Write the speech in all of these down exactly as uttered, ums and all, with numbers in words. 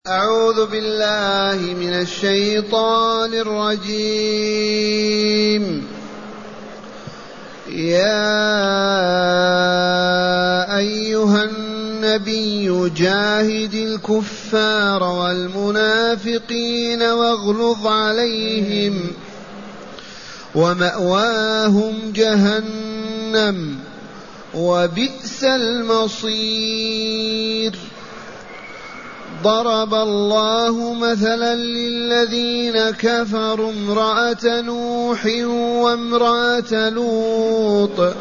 أعوذ بالله من الشيطان الرجيم. يا أيها النبي جاهد الكفار والمنافقين واغلظ عليهم ومأواهم جهنم وبئس المصير. ضرب الله مثلا للذين كفروا امرأة نوح وامرأة لوط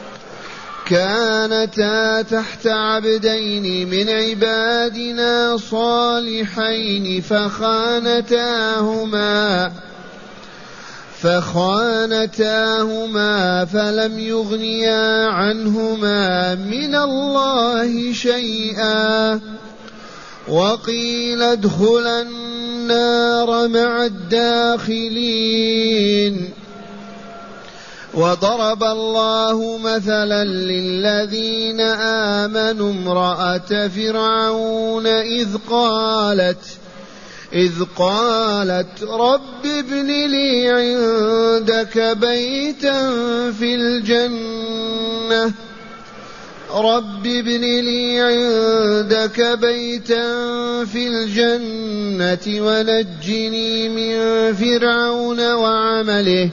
كانتا تحت عبدين من عبادنا صالحين فخانتاهما فخانتاهما فلم يغنيا عنهما من الله شيئا وقيل ادخلا النار مع الداخلين. وضرب الله مثلا للذين آمنوا امرأة فرعون إذ قالت إذ قالت رب ابن لي عندك بيتا في الجنة رب ابن لي عندك بيتا في الجنة ونجني من فرعون وعمله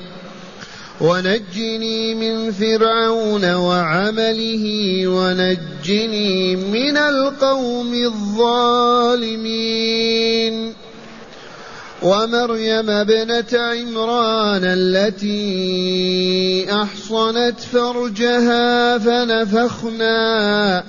ونجني من فرعون وعمله ونجني من القوم الظالمين. ومريم ابنة عمران التي أحصنت فرجها فنفخنا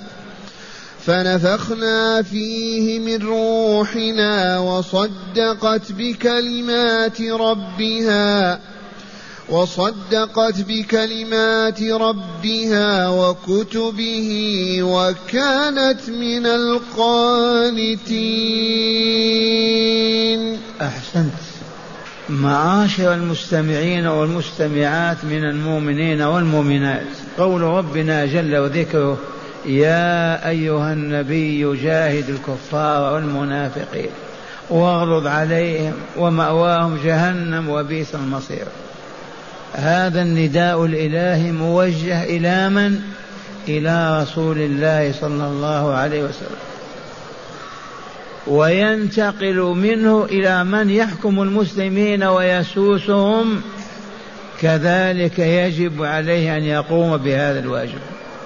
فنفخنا فيه من روحنا وصدقت بكلمات ربها وصدقت بكلمات ربها وكتبه وكانت من القانتين. أحسنت. معاشر المستمعين والمستمعات من المؤمنين والمؤمنات، قول ربنا جل وذكره: يا أيها النبي جاهد الكفار والمنافقين واغلظ عليهم ومأواهم جهنم وبئس المصير. هذا النداء الإلهي موجه إلى من؟ إلى رسول الله صلى الله عليه وسلم، وينتقل منه إلى من يحكم المسلمين ويسوسهم، كذلك يجب عليه أن يقوم بهذا الواجب.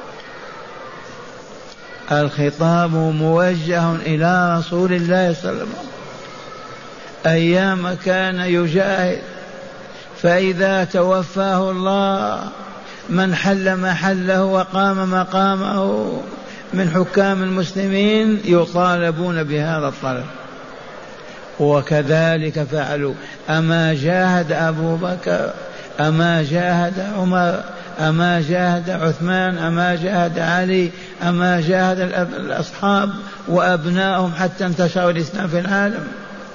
الخطاب موجه إلى رسول الله صلى الله عليه وسلم أيام كان يجاهد، فإذا توفاه الله من حل محله وقام مقامه من حكام المسلمين يطالبون بهذا الطلب، وكذلك فعلوا. أما جاهد أبو بكر، أما جاهد عمر، أما جاهد عثمان، أما جاهد علي، أما جاهد الأصحاب وأبنائهم حتى انتشر الإسلام في العالم.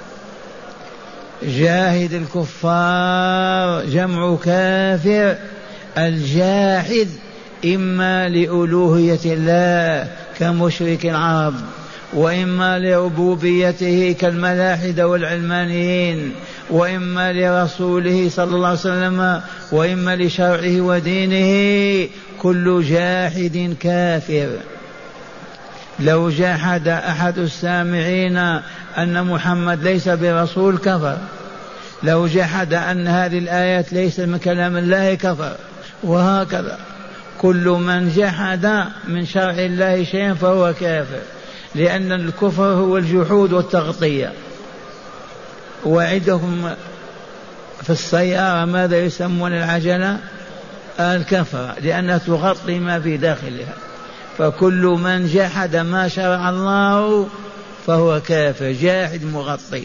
جاهد الكفار جمع كافر. الجاحد إما لألوهية الله كمشرك العرب، وإما لربوبيته كالملاحدة والعلمانيين، وإما لرسوله صلى الله عليه وسلم، وإما لشرعه ودينه. كل جاحد كافر. لو جاحد أحد السامعين أن محمد ليس برسول كفر، لو جحد أن هذه الآيات ليس من كلام الله كفر، وهكذا كل من جحد من شرع الله شيئا فهو كافر، لأن الكفر هو الجحود والتغطية. وعندهم في السيارة ماذا يسمون العجلة؟ الكفر، لأنها تغطي ما في داخلها. فكل من جحد ما شرع الله فهو كافر، جاحد مغطي.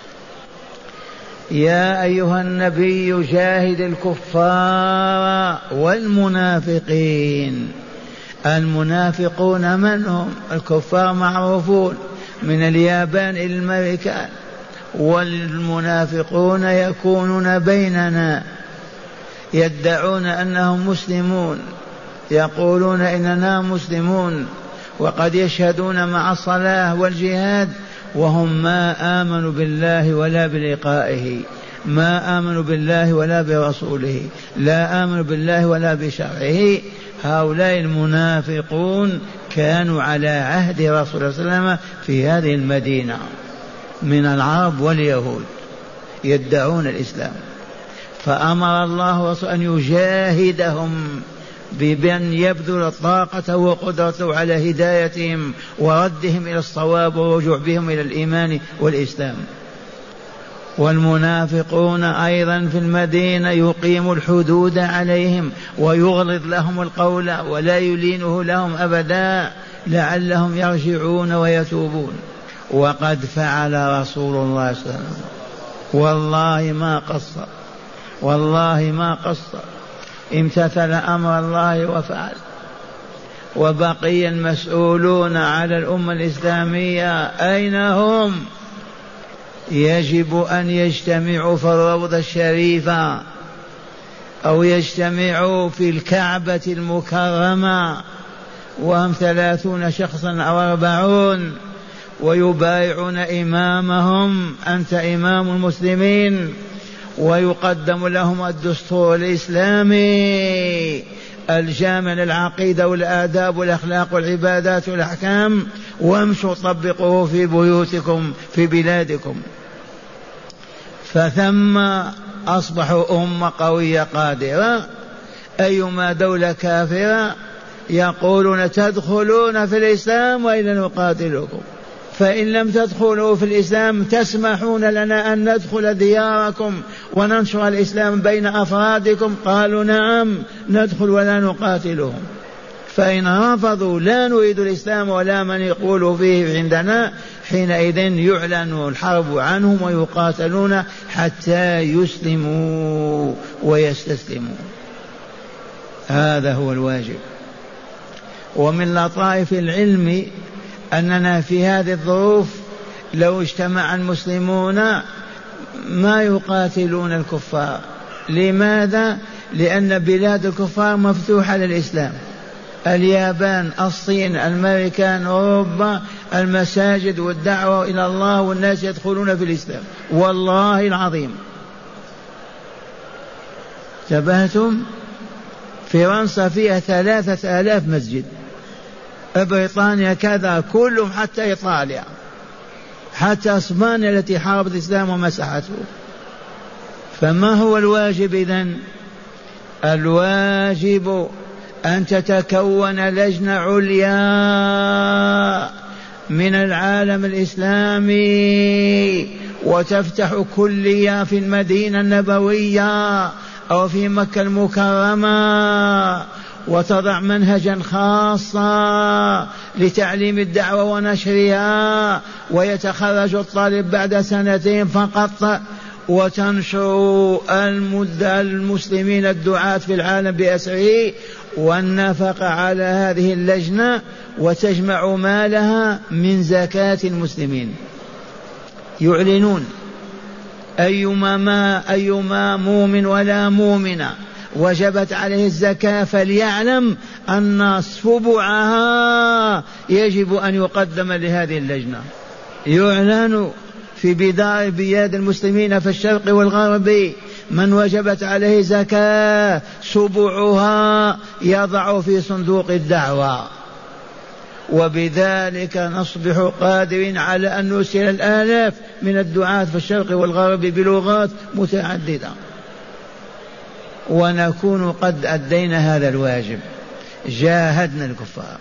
يا أيها النبي جاهد الكفار والمنافقين. المنافقون من هم؟ الكفار معروفون من اليابان إلى الأمريكان، والمنافقون يكونون بيننا يدعون أنهم مسلمون، يقولون إننا مسلمون، وقد يشهدون مع الصلاة والجهاد وهم ما آمنوا بالله ولا بلقائه، ما آمنوا بالله ولا برسوله، لا آمنوا بالله ولا بشرعه. هؤلاء المنافقون كانوا على عهد رسول الله صلى الله عليه وسلم في هذه المدينة من العرب واليهود يدعون الإسلام، فأمر الله رسوله أن يجاهدهم بأن يبذل طاقته وقدرته على هدايتهم وردهم إلى الصواب والرجوع بهم إلى الإيمان والإسلام. والمنافقون أيضا في المدينة يقيم الحدود عليهم ويغلظ لهم القول ولا يلينه لهم أبدا لعلهم يرجعون ويتوبون. وقد فعل رسول الله صلى الله عليه وسلم، والله ما قصر، والله ما قصر، امتثل أمر الله وفعل. وبقي المسؤولون على الأمة الإسلامية أين هم؟ يجب أن يجتمعوا في الروضة الشريفة أو يجتمعوا في الكعبة المكرمة وهم ثلاثون شخصا أو أربعون ويبايعون إمامهم أنت إمام المسلمين، ويقدم لهم الدستور الإسلامي الجامع للعقيدة والآداب والأخلاق والعبادات والأحكام، وامشوا طبقوه في بيوتكم في بلادكم. فثم أصبحوا أمة قوية قادرة. أيما دولة كافرة يقولون تدخلون في الإسلام وإلا نقاتلكم، فإن لم تدخلوا في الإسلام تسمحون لنا أن ندخل دياركم وننشر الإسلام بين أفرادكم؟ قالوا نعم ندخل ولا نقاتلهم. فإن رفضوا لا نريد الإسلام ولا من يقول فيه عندنا، حينئذ يعلن الحرب عنهم ويقاتلون حتى يسلموا ويستسلموا. هذا هو الواجب. ومن لطائف العلم أننا في هذه الظروف لو اجتمع المسلمون ما يقاتلون الكفار. لماذا؟ لأن بلاد الكفار مفتوحة للإسلام، اليابان، الصين، الأمريكان، أوروبا، المساجد والدعوة إلى الله والناس يدخلون في الإسلام والله العظيم. انتبهتم؟ فرنسا فيها ثلاثة آلاف مسجد، بريطانيا كذا، كلهم حتى إيطاليا، حتى اسبانيا التي حاربت الإسلام ومسحته. فما هو الواجب إذن؟ الواجب أن تتكون لجنة عليا من العالم الإسلامي وتفتح كلية في المدينة النبوية أو في مكة المكرمة وتضع منهجا خاصا لتعليم الدعوة ونشرها، ويتخرج الطالب بعد سنتين فقط، وتنشر المسلمين الدعاة في العالم بأسره، والنفقة على هذه اللجنة وتجمع مالها من زكاة المسلمين. يعلنون أيما ما أيما مؤمن ولا مؤمنة وجبت عليه الزكاة فليعلم أن سبعها يجب أن يقدم لهذه اللجنة. يعلن في بدار بلاد المسلمين في الشرق والغرب من وجبت عليه زكاة سبعها يضع في صندوق الدعوة، وبذلك نصبح قادرين على أن نرسل الآلاف من الدعاة في الشرق والغرب بلغات متعددة، ونكون قد أدينا هذا الواجب، جاهدنا الكفار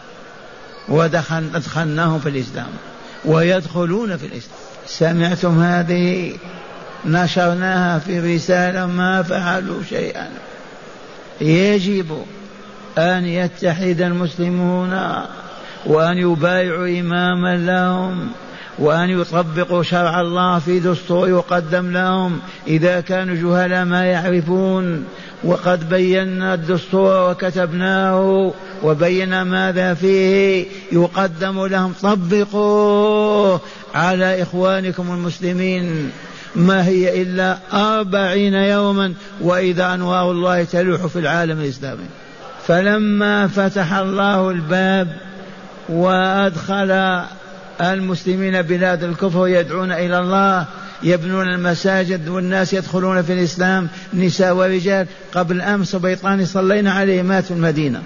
ودخلناهم في الإسلام ويدخلون في الإسلام. سمعتم هذه؟ نشرناها في رسالة ما فعلوا شيئا. يجب أن يتحد المسلمون وأن يبايعوا إماما لهم وأن يطبقوا شرع الله في دستور يقدم لهم إذا كانوا جهلاء ما يعرفون. وقد بينا الدستور وكتبناه وبينا ماذا فيه يقدم لهم، طبقوه على إخوانكم المسلمين. ما هي إلا أربعين يوما وإذا أنوار الله تلوح في العالم الإسلامي. فلما فتح الله الباب وأدخل المسلمين بلاد الكفر يدعون إلى الله، يبنون المساجد والناس يدخلون في الإسلام نساء ورجال. قبل أمس بيطاني صلينا عليه مات في المدينة.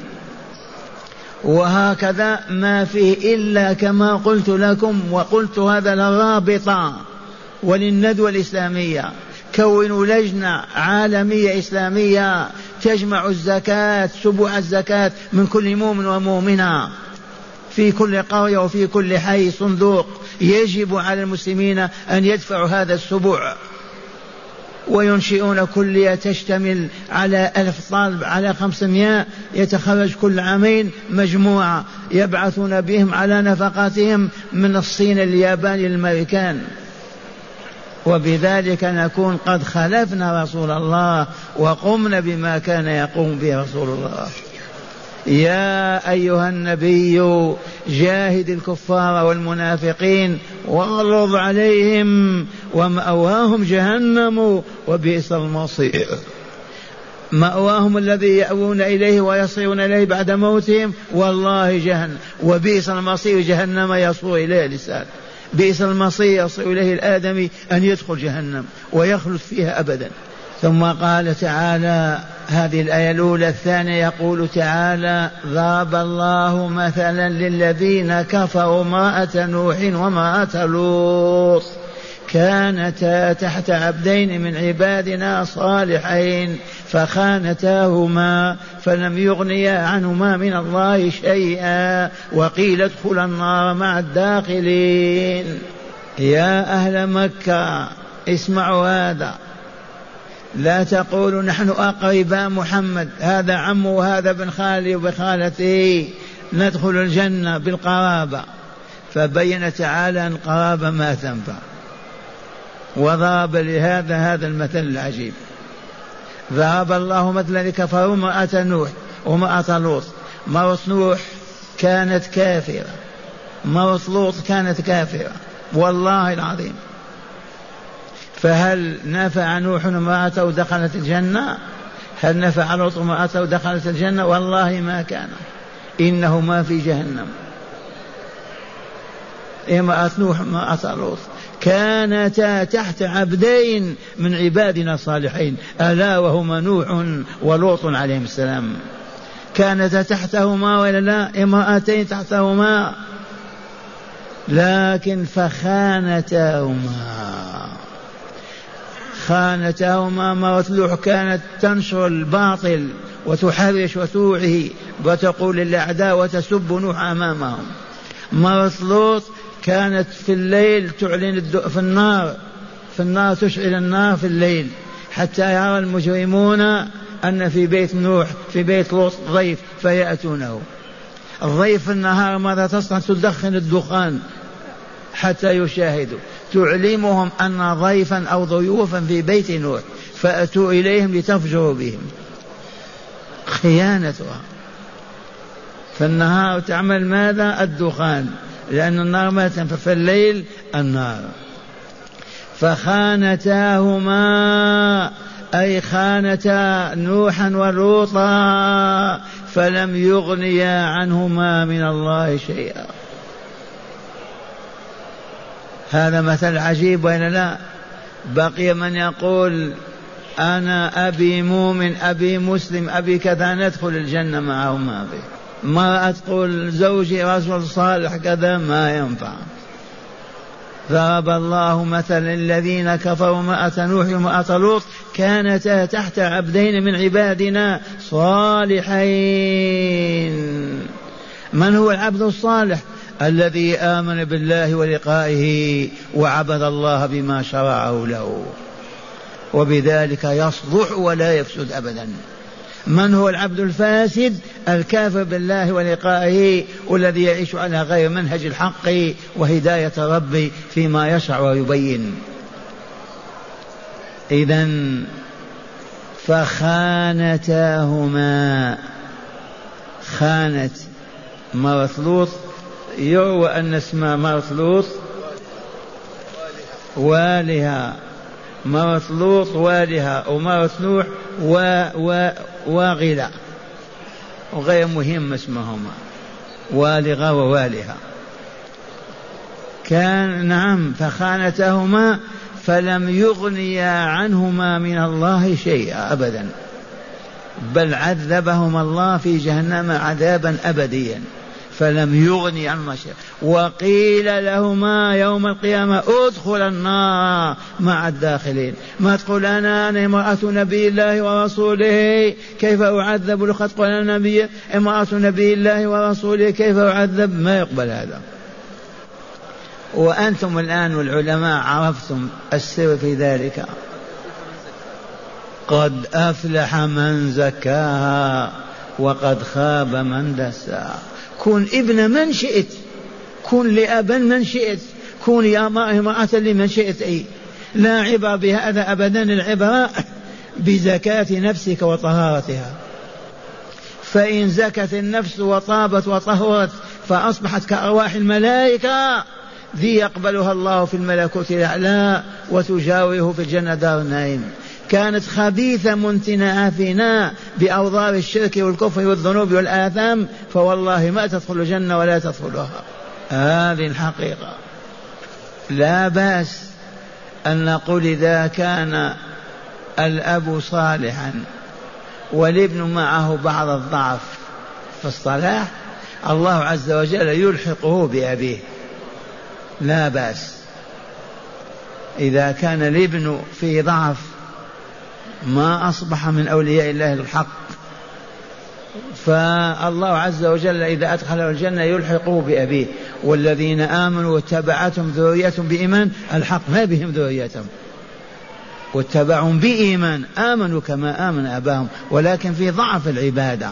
وهكذا ما فيه إلا كما قلت لكم، وقلت هذا للرابطة وللندوة الإسلامية، كونوا لجنة عالمية إسلامية تجمع الزكاة، سبوع الزكاة من كل مؤمن ومؤمنة في كل قرية وفي كل حي صندوق، يجب على المسلمين أن يدفعوا هذا السبوع، وينشئون كلية تشتمل على ألف طالب، على خمسمائة يتخرج كل عامين مجموعة يبعثون بهم على نفقاتهم من الصين اليابان للأمريكان، وبذلك نكون قد خلفنا رسول الله وقمنا بما كان يقوم به رسول الله. يا أيها النبي جاهد الكفار والمنافقين واغلظ عليهم ومأواهم جهنم وبئس المصير. مأواهم الذي يأوون إليه ويصيرون إليه بعد موتهم والله جهنم، وبئس المصير جهنم يصور إليه الإنسان. بئس المصير يصير إليه الآدمي أن يدخل جهنم ويخلد فيها أبدا. ثم قال تعالى هذه الآية الأولى. الثانية يقول تعالى ضرب الله مثلا للذين كفروا امرأة نوح وامرأة لوط كانتا تحت عبدين من عبادنا صالحين فخانتاهما فلم يغنيا عنهما من الله شيئا وقيل ادخلا النار مع الداخلين. يا أهل مكة اسمعوا هذا، لا تقولوا نحن أقرباء محمد، هذا عمه وهذا ابن خالي وبخالته ندخل الجنة بالقرابة. فبين تعالى أن القرابة ما تنفع، وضرب لهذا هذا المثل العجيب. ضرب الله مثلا لكفروا امرأة نوح وامرأة لوط. امرأة نوح كانت كافرة، امرأة لوط كانت كافرة والله العظيم. فهل نفع نوح امرأته ودخلت الجنة؟ هل نفع لوط امرأته ودخلت الجنة؟ والله ما كان، إنهما في جهنم. امرأة نوح امرأة لوط كانتا تحت عبدين من عبادنا الصالحين، ألا وهما نوح ولوط عليهم السلام. كانتا تحتهما ولا لا؟ امرأتين تحتهما، لكن فخانتاهما. خانتاهما. مرة لوح كانت تنشر الباطل وتحرش وتوعي وتقول للأعداء وتسب نوح أمامهم. مرة لوط كانت في الليل تعلن في النار، في النار تشعل النار في الليل حتى يرى المجرمون أن في بيت نوح في بيت لوط ضيف فيأتونه. الضيف في النهار ماذا تصنع؟ تدخن الدخان حتى يشاهدوا، تعلمهم أن ضيفا أو ضيوفا في بيت نوح فأتوا إليهم لتفجروا بهم. خيانتها. في النهار تعمل ماذا؟ الدخان، لأن النار ما تنفع، في الليل النار. فخانتاهما أي خانتا نوحا ولوطا فلم يغنيا عنهما من الله شيئا. هذا مثل عجيب وإلا لا؟ بقي من يقول أنا أبي مؤمن أبي مسلم أبي كذا ندخل الجنة معهما به. ما تقول زوجي رجل صالح كذا، ما ينفع. ضرب الله مثلا الذين كفروا امرأة نوح وامرأة لوط كانتا تحت عبدين من عبادنا صالحين. من هو العبد الصالح؟ الذي آمن بالله ولقائه وعبد الله بما شرعه له، وبذلك يصلح ولا يفسد أبدا. من هو العبد الفاسد؟ الكافر بالله ولقائه والذي يعيش على غير منهج الحق وهداية ربي فيما يشرع ويبين. إذن فخانتاهما. خانت مرة لوط، يروى أن اسمها مرة لوط والها، مرة لوط والها، ومرة نوح و و واغلة، وغير مهم اسمهما، والغة ووالها. كان نعم فخانتهما فلم يغنيا عنهما من الله شيئا أبدا، بل عذبهما الله في جهنم عذابا أبديا، فلم يغني عنهما شيئا. وقيل لهما يوم القيامة ادخل النار مع الداخلين. ما تقول أنا أنا امرأة نبي الله ورسوله كيف أعذب؟ لقد قال النبي امرأة نبي الله ورسوله كيف أعذب؟ ما يقبل هذا. وأنتم الآن والعلماء عرفتم السر في ذلك. قد أفلح من زكاها وقد خاب من دساها. كن ابن من شئت، كن لأبا من شئت، كن يا امرأة لمن شئت، أي لا عبرة بهذا أبدا، العبرة بزكاة نفسك وطهارتها. فإن زكت النفس وطابت وطهرت فأصبحت كأرواح الملائكة، ذي يقبلها الله في الملكوت الأعلى وتجاوره في الجنة دار النعيم. كانت خبيثة منتنة آثنة بأوضار الشرك والكفر والذنوب والآثام، فوالله ما تدخل الجنة ولا تدخلها. هذه الحقيقة. لا بأس أن نقول إذا كان الأب صالحا والابن معه بعض الضعف في الصلاح، الله عز وجل يلحقه بأبيه، لا بأس. إذا كان الابن في ضعف ما أصبح من أولياء الله الحق، فالله عز وجل إذا أدخله الجنة يلحقه بأبيه. والذين آمنوا واتبعتهم ذريتهم بإيمان، الحق ما بهم ذريتهم، واتبعهم بإيمان، آمنوا كما آمن أباهم ولكن في ضعف العبادة.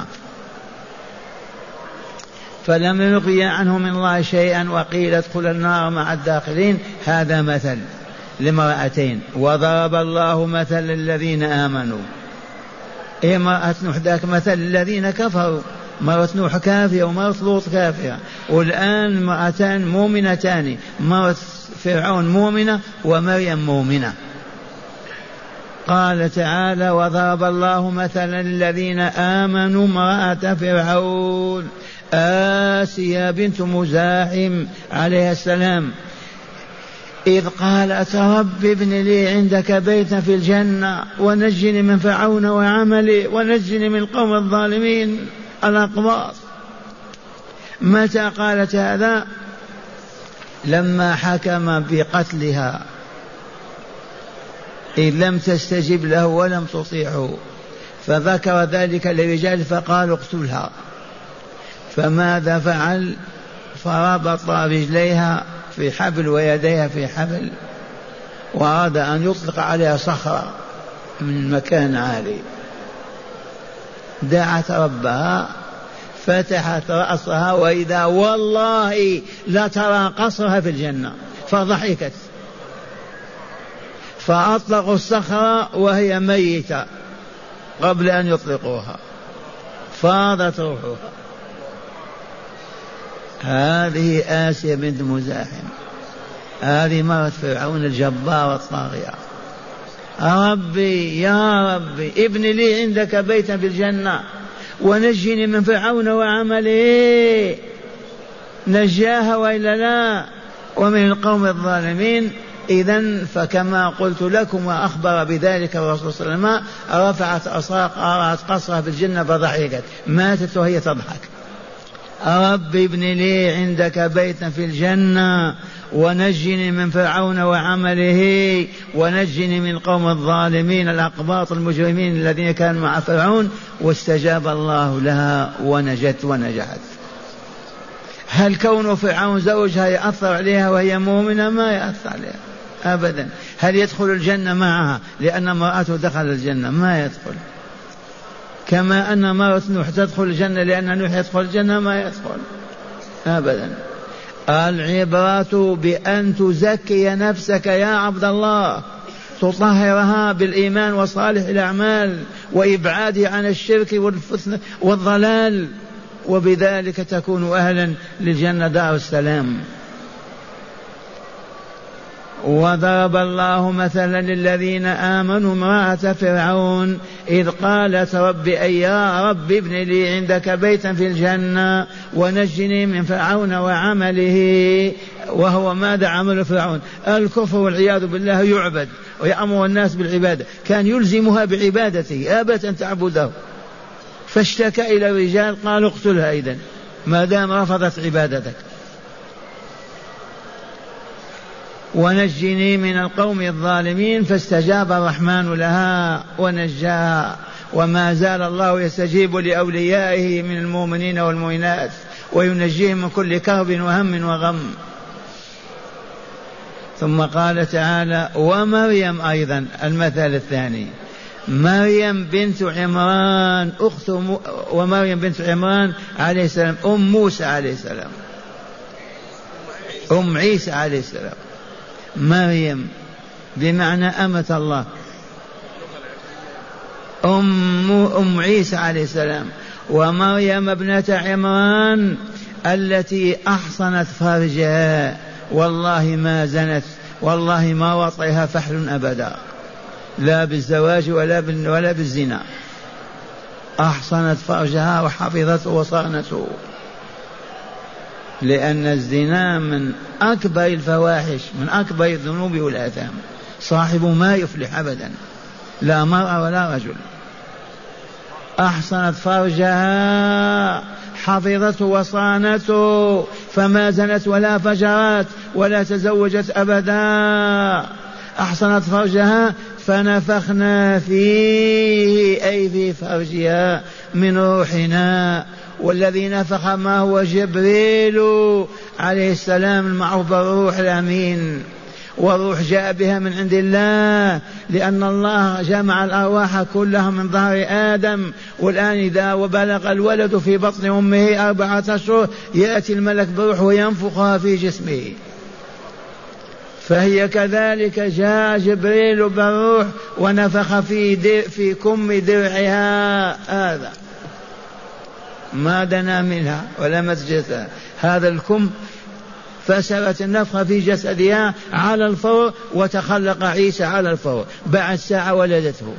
فلم يغي عنه من الله شيئا وقيل ادخل النار مع الداخلين. هذا مثل لامرأتين. وضرب الله مثل الذين آمنوا. امرأة نوح ذاك مثل الذين كفروا، مرة نوح كافرة ومرة لوط كافرة، والآن امرأتان مؤمنتان، مرة فرعون مؤمنة ومريم مؤمنة. قال تعالى وضرب الله مثلا الذين آمنوا امرأة فرعون آسيا بنت مزاحم عليه السلام إذ قالت رب ابن لي عندك بيتا في الجنة ونجني من فرعون وعملي ونجني من القوم الظالمين الأقباط. متى قالت هذا؟ لما حكم بقتلها إذ لم تستجب له ولم تطيعه، فذكر ذلك للرجال فقالوا اقتلها. فماذا فعل؟ فربط رجليها في حبل ويديها في حبل، وأراد أن يطلق عليها صخرة من مكان عالي. دعت ربها فتحت رأسها وإذا والله لا ترى قصرها في الجنة، فضحكت. فأطلقوا الصخرة وهي ميتة قبل أن يطلقوها، فاضت روحها. هذه آسيا بنت مزاحم، هذه مرت فرعون الجبار الطاغية. ربي يا ربي ابن لي عندك بيتا في الجنة ونجني من فرعون وعمله، نجاها وإلا لا ومن القوم الظالمين. إذن فكما قلت لكم وأخبر بذلك الرسول صلى الله عليه وسلم، رفعت أصاق أرات قصرها في الجنة فضحكت، ماتت وهي تضحك. رب ابن لي عندك بيتا في الجنة ونجني من فرعون وعمله ونجني من القوم الظالمين الأقباط المجرمين الذين كانوا مع فرعون. واستجاب الله لها ونجت ونجحت. هل كون فرعون زوجها يأثر عليها وهي مؤمنة؟ ما يأثر عليها أبدا. هل يدخل الجنة معها لأن امرأته دخل الجنة؟ ما يدخل. كما أن مرة نوح تدخل الجنة لأن نوح يدخل الجنة؟ ما يدخل أبدا. العبرة بأن تزكي نفسك يا عبد الله، تطهرها بالإيمان وصالح الأعمال وإبعادها عن الشرك والضلال، وبذلك تكون أهلا للجنة دار السلام. وضرب الله مثلا للذين آمنوا امرأة فرعون إذ قالت رب أي يا رب ابن لي عندك بيتا في الجنة ونجني من فرعون وعمله. وهو ماذا عمل فرعون؟ الكفر والعياذ بالله، يعبد ويأمر الناس بالعبادة، كان يلزمها بعبادته، أبت أن تعبده، فاشتكى إلى الرجال قالوا اقتلها إذن ما دام رفضت عبادتك. ونجني من القوم الظالمين، فاستجاب الرحمن لها ونجاها. وما زال الله يستجيب لأوليائه من المؤمنين والمؤمنات وينجيهم من كل كرب وهم وغم. ثم قال تعالى ومريم أيضا المثال الثاني، مريم بنت عمران أخت م... ومريم بنت عمران عليه السلام أم موسى عليه السلام، أم عيسى عليه السلام. مريم بمعنى أمة الله، أم, أم عيسى عليه السلام. ومريم ابنة عمران التي أحصنت فرجها، والله ما زنت، والله ما وطئها فحل أبدا، لا بالزواج ولا ولا بالزنا، أحصنت فرجها وحفظته وصانته، لأن الزنا من أكبر الفواحش، من أكبر الذنوب والآثام، صاحب ما يفلح أبدا، لا مرأة ولا رجل. أحصنت فرجها حفظته وصانته، فما زنت ولا فجرت ولا تزوجت أبدا. أحصنت فرجها فنفخنا فيه أي في فرجها من روحنا، والذي نفخ ما هو جبريل عليه السلام المعروف بالروح الأمين. والروح جاء بها من عند الله، لأن الله جمع الأرواح كلها من ظهر آدم، والآن إذا وبلغ الولد في بطن أمه أربعة أشهر يأتي الملك بروح وينفخها في جسمه. فهي كذلك، جاء جبريل بالروح ونفخ في, در في كم درعها، هذا ما دنا منها ولا مسجدها، هذا الكم، فسرت النفخة في جسدها على الفور، وتخلق عيسى على الفور، بعد ساعة ولدته.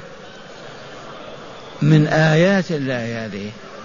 من آيات الله هذه.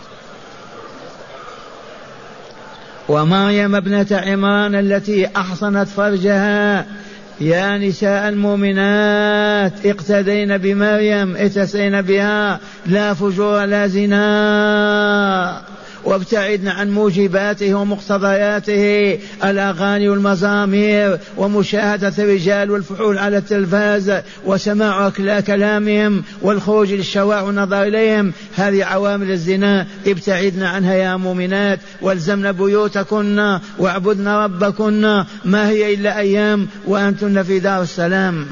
ومريم ابنة عمران التي أحصنت فرجها، يا نساء المؤمنات اقتدين بمريم، اتسين بها، لا فجور لا زنا، وابتعدنا عن موجباته ومقتضياته، الأغاني والمزامير ومشاهدة الرجال والفحول على التلفاز وسماع كلامهم والخروج للشوارع والنظر إليهم، هذه عوامل الزنا، ابتعدنا عنها يا مؤمنات، والزمنا بيوتكن واعبدن ربكن، ما هي إلا أيام وأنتن في دار السلام.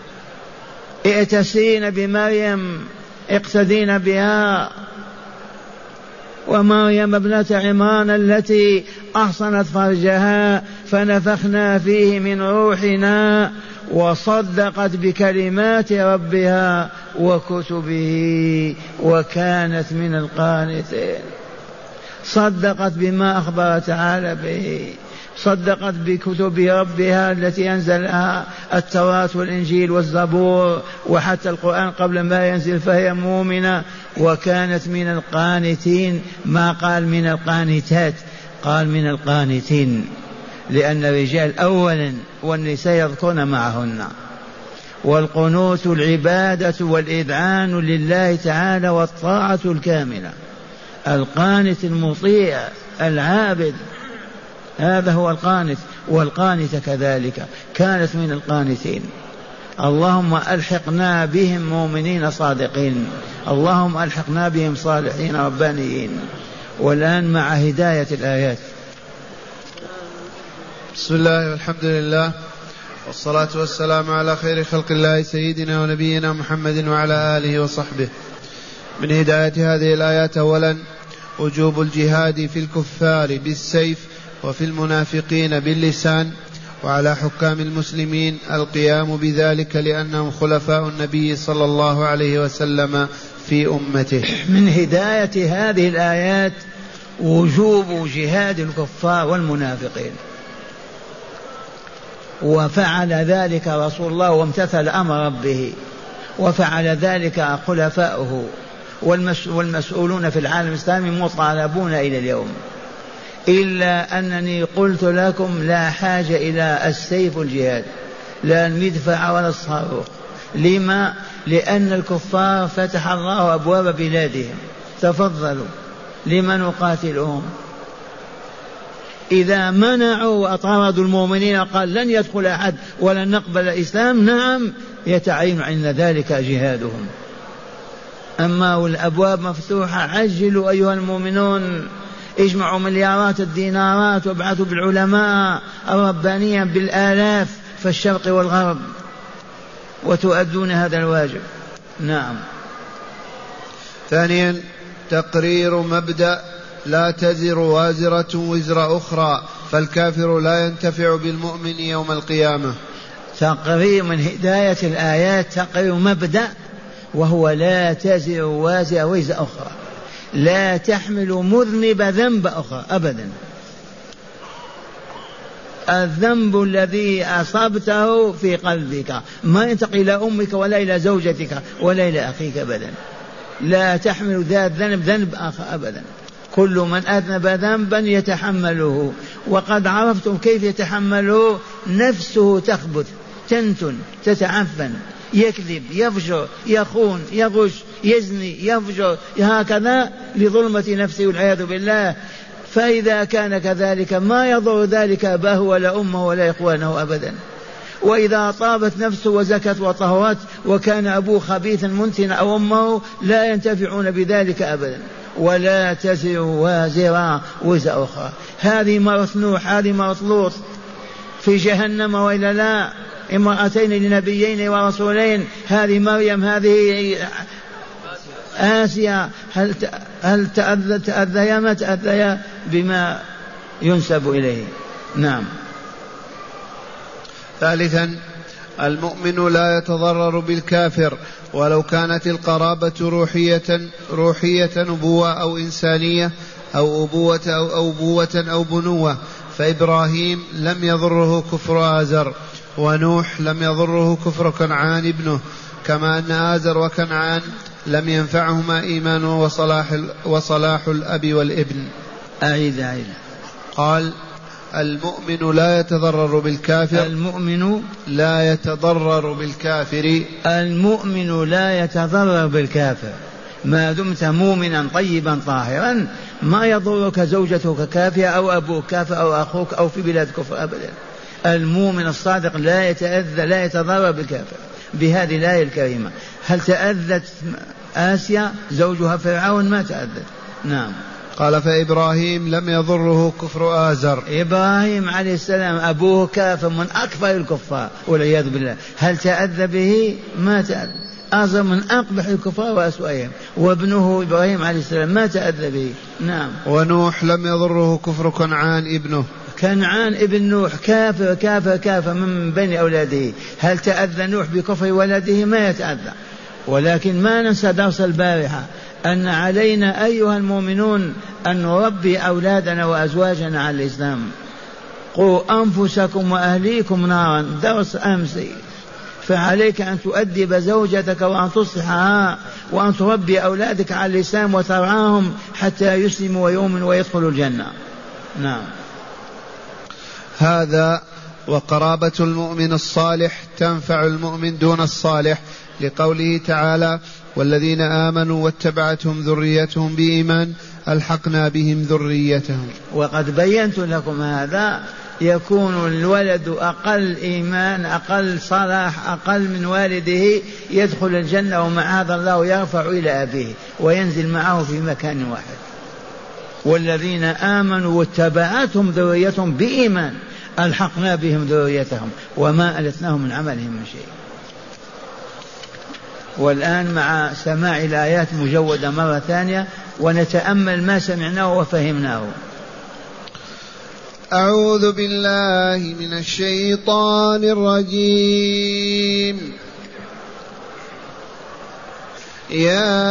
ائتسين بمريم، اقتدين بها. ومريم ابنة عمران التي أحصنت فرجها فنفخنا فيه من روحنا، وصدقت بكلمات ربها وكتبه وكانت من القانتين. صدقت بما أخبر تعالى به، صدقت بكتب ربها التي أنزلها، التوراة والإنجيل والزبور وحتى القرآن قبل ما ينزل، فهي مؤمنة. وكانت من القانتين، ما قال من القانتات، قال من القانتين، لأن الرجال أولا والنساء يذكرن معهن. والقنوت العبادة والإذعان لله تعالى والطاعة الكاملة. القانت المطيع العابد، هذا هو القانت. والقانتة كذلك كانت من القانتين. اللهم ألحقنا بهم مؤمنين صادقين، اللهم ألحقنا بهم صالحين ربانيين. والآن مع هداية الآيات. بسم الله والحمد لله والصلاة والسلام على خير خلق الله سيدنا ونبينا محمد وعلى آله وصحبه. من هداية هذه الآيات أولا وجوب الجهاد في الكفار بالسيف وفي المنافقين باللسان، وعلى حكام المسلمين القيام بذلك لأنهم خلفاء النبي صلى الله عليه وسلم في أمته. من هداية هذه الآيات وجوب جهاد الكفار والمنافقين. وفعل ذلك رسول الله وامتثل أمر ربه، وفعل ذلك خلفاؤه والمسؤولون في العالم الإسلامي مطالبون إلى اليوم. إلا أنني قلت لكم لا حاجة إلى السيف والجهاد، لا المدفع ولا الصاروخ. لما؟ لأن الكفار فتح الله أبواب بلادهم. تفضلوا، لما نقاتلهم؟ إذا منعوا وأطردوا المؤمنين قال لن يدخل أحد ولن نقبل الإسلام، نعم يتعين عند ذلك جهادهم. أما والأبواب مفتوحة، عجلوا أيها المؤمنون، اجمعوا مليارات الدينارات وابعثوا بالعلماء الربانيين بالآلاف في الشرق والغرب وتؤدون هذا الواجب. نعم. ثانيا تقرير مبدأ لا تزر وازرة وزر أخرى، فالكافر لا ينتفع بالمؤمن يوم القيامة. تقرير من هداية الآيات تقرير مبدأ، وهو لا تزر وازرة وزر أخرى، لا تحمل مذنب ذنب أخرى أبدا. الذنب الذي أصبته في قلبك ما ينتقل إلى أمك ولا إلى زوجتك ولا إلى أخيك أبدا. لا تحمل ذات ذنب ذنب آخر أبدا. كل من أذنب ذنبا يتحمله، وقد عرفتم كيف يتحمله. نفسه تخبث، تنتن، تتعفن، يكذب، يفجر، يخون، يغش، يزني، يفجر، هكذا لظلمة نفسه والعياذ بالله. فإذا كان كذلك ما يضر ذلك أباه ولا أمه ولا إخوانه أبدا. وإذا طابت نفسه وزكت وطهرت وكان أبوه خبيثا منتنا أو أمه لا ينتفعون بذلك أبدا. ولا تزر وازرة وزر أخرى. هذه مرة نوح، هذه مرة لوط في جهنم، وإلا لا؟ امرأتين لنبيين ورسولين، هذه مريم، هذه آسيا. هل هل تأذيا ما تأذيا بما ينسب إليه؟ نعم. ثالثا المؤمن لا يتضرر بالكافر ولو كانت القرابة روحية روحية نبوة أو إنسانية أو أبوة أو أبوة أو بنوة. فإبراهيم لم يضره كفر آزر، ونوح لم يضره كفر كنعان ابنه، كما أن آزر وكنعان لم ينفعهما إيمان وصلاح, وصلاح الأب والابن. أعيد أعيد. قال المؤمن لا يتضرر بالكافر المؤمن لا يتضرر بالكافر المؤمن لا يتضرر بالكافر ما دمت مؤمنا طيبا طاهرا. ما يضرك زوجتك كافرة أو أبوك كافر أو أخوك أو في بلاد كفر أبدا. المؤمن الصادق لا يتأذى لا يتضرر بالكافر. بهذه الآية الكريمة هل تأذت آسيا زوجها فرعون؟ ما تأذت. نعم. قال فإبراهيم لم يضره كفر آزر. إبراهيم عليه السلام أبوه كافر من أكبر الكفار والعياذ بالله، هل تأذى به؟ ما تأذى. آزر من أقبح الكفار وأسوأهم، وابنه إبراهيم عليه السلام ما تأذى به. نعم. ونوح لم يضره كفر كنعان ابنه. كنعان ابن نوح كافر كافر كافر من بين أولاده، هل تأذى نوح بكفر ولده؟ ما يتأذى. ولكن ما ننسى درس البارحة أن علينا أيها المؤمنون أن نربي أولادنا وأزواجنا على الإسلام. قوا أنفسكم وأهليكم نارا، درس أمسي. فعليك أن تؤدب زوجتك وأن تصلحها وأن تربي أولادك على الإسلام وترعاهم حتى يسلموا ويؤمنوا ويدخلوا الجنة. نعم. هذا وقرابة المؤمن الصالح تنفع المؤمن دون الصالح، لقوله تعالى والذين آمنوا واتبعتهم ذريتهم بإيمان ألحقنا بهم ذريتهم. وقد بينت لكم هذا. يكون الولد أقل إيمان أقل صلاح أقل من والده يدخل الجنة ومعاذ الله يرفع إلى أبيه وينزل معه في مكان واحد. والذين آمنوا واتبعتهم ذريتهم بإيمان ألحقنا بهم ذريتهم وما ألتناهم من عملهم من شيء. والآن مع سماع الآيات مجودة مرة ثانية ونتأمل ما سمعناه وفهمناه. أعوذ بالله من الشيطان الرجيم. يا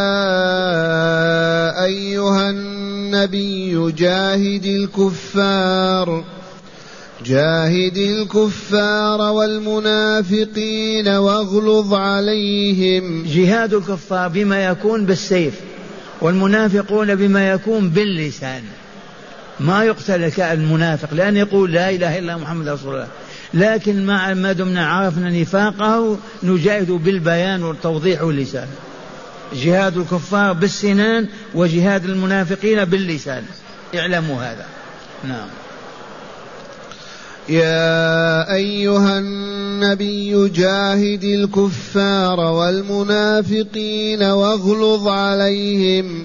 أيها النبي جاهد الكفار جاهد الكفار والمنافقين واغلظ عليهم. جهاد الكفار بما يكون بالسيف، والمنافقون بما يكون باللسان. ما يقتل المنافق لأن يقول لا إله إلا محمد رسول الله، لكن مع ما دمنا عرفنا نفاقه نجاهد بالبيان والتوضيح واللسان. جهاد الكفار بالسنان وجهاد المنافقين باللسان، اعلموا هذا. نعم. يا أيها النبي جاهد الكفار والمنافقين واغلظ عليهم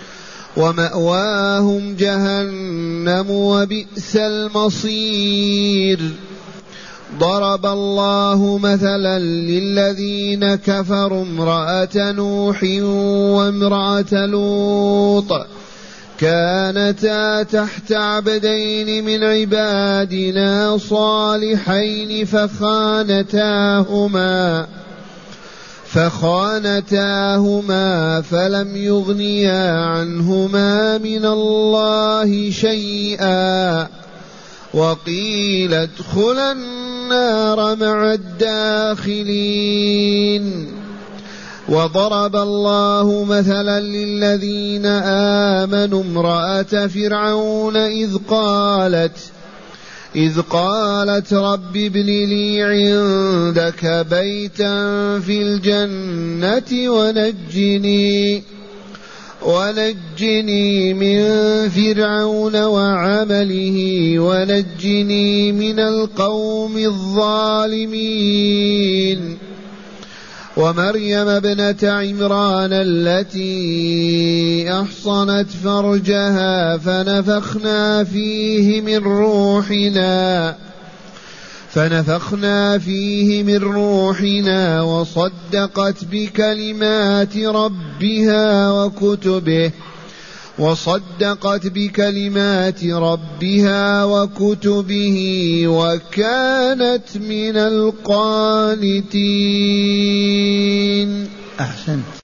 ومأواهم جهنم وبئس المصير. ضرب الله مثلا للذين كفروا امرأة نوح وامرأة لوط كانتا تحت عبدين من عبادنا صالحين فخانتاهما فخانتاهما فلم يغنيا عنهما من الله شيئا وقيل ادخلا النار مع الداخلين. وضرب الله مثلا للذين آمنوا امرأة فرعون إذ قالت إذ قالت رب ابن لي عندك بيتا في الجنة ونجني ونجني من فرعون وعمله ونجني من القوم الظالمين. ومريم ابنة عمران التي أحصنت فرجها فنفخنا فيه من روحنا فنفخنا فيه من روحنا وصدقت بكلمات ربها وكتبه وصدقت بكلمات ربها وكتبه وكانت من القانتين. أحسنت.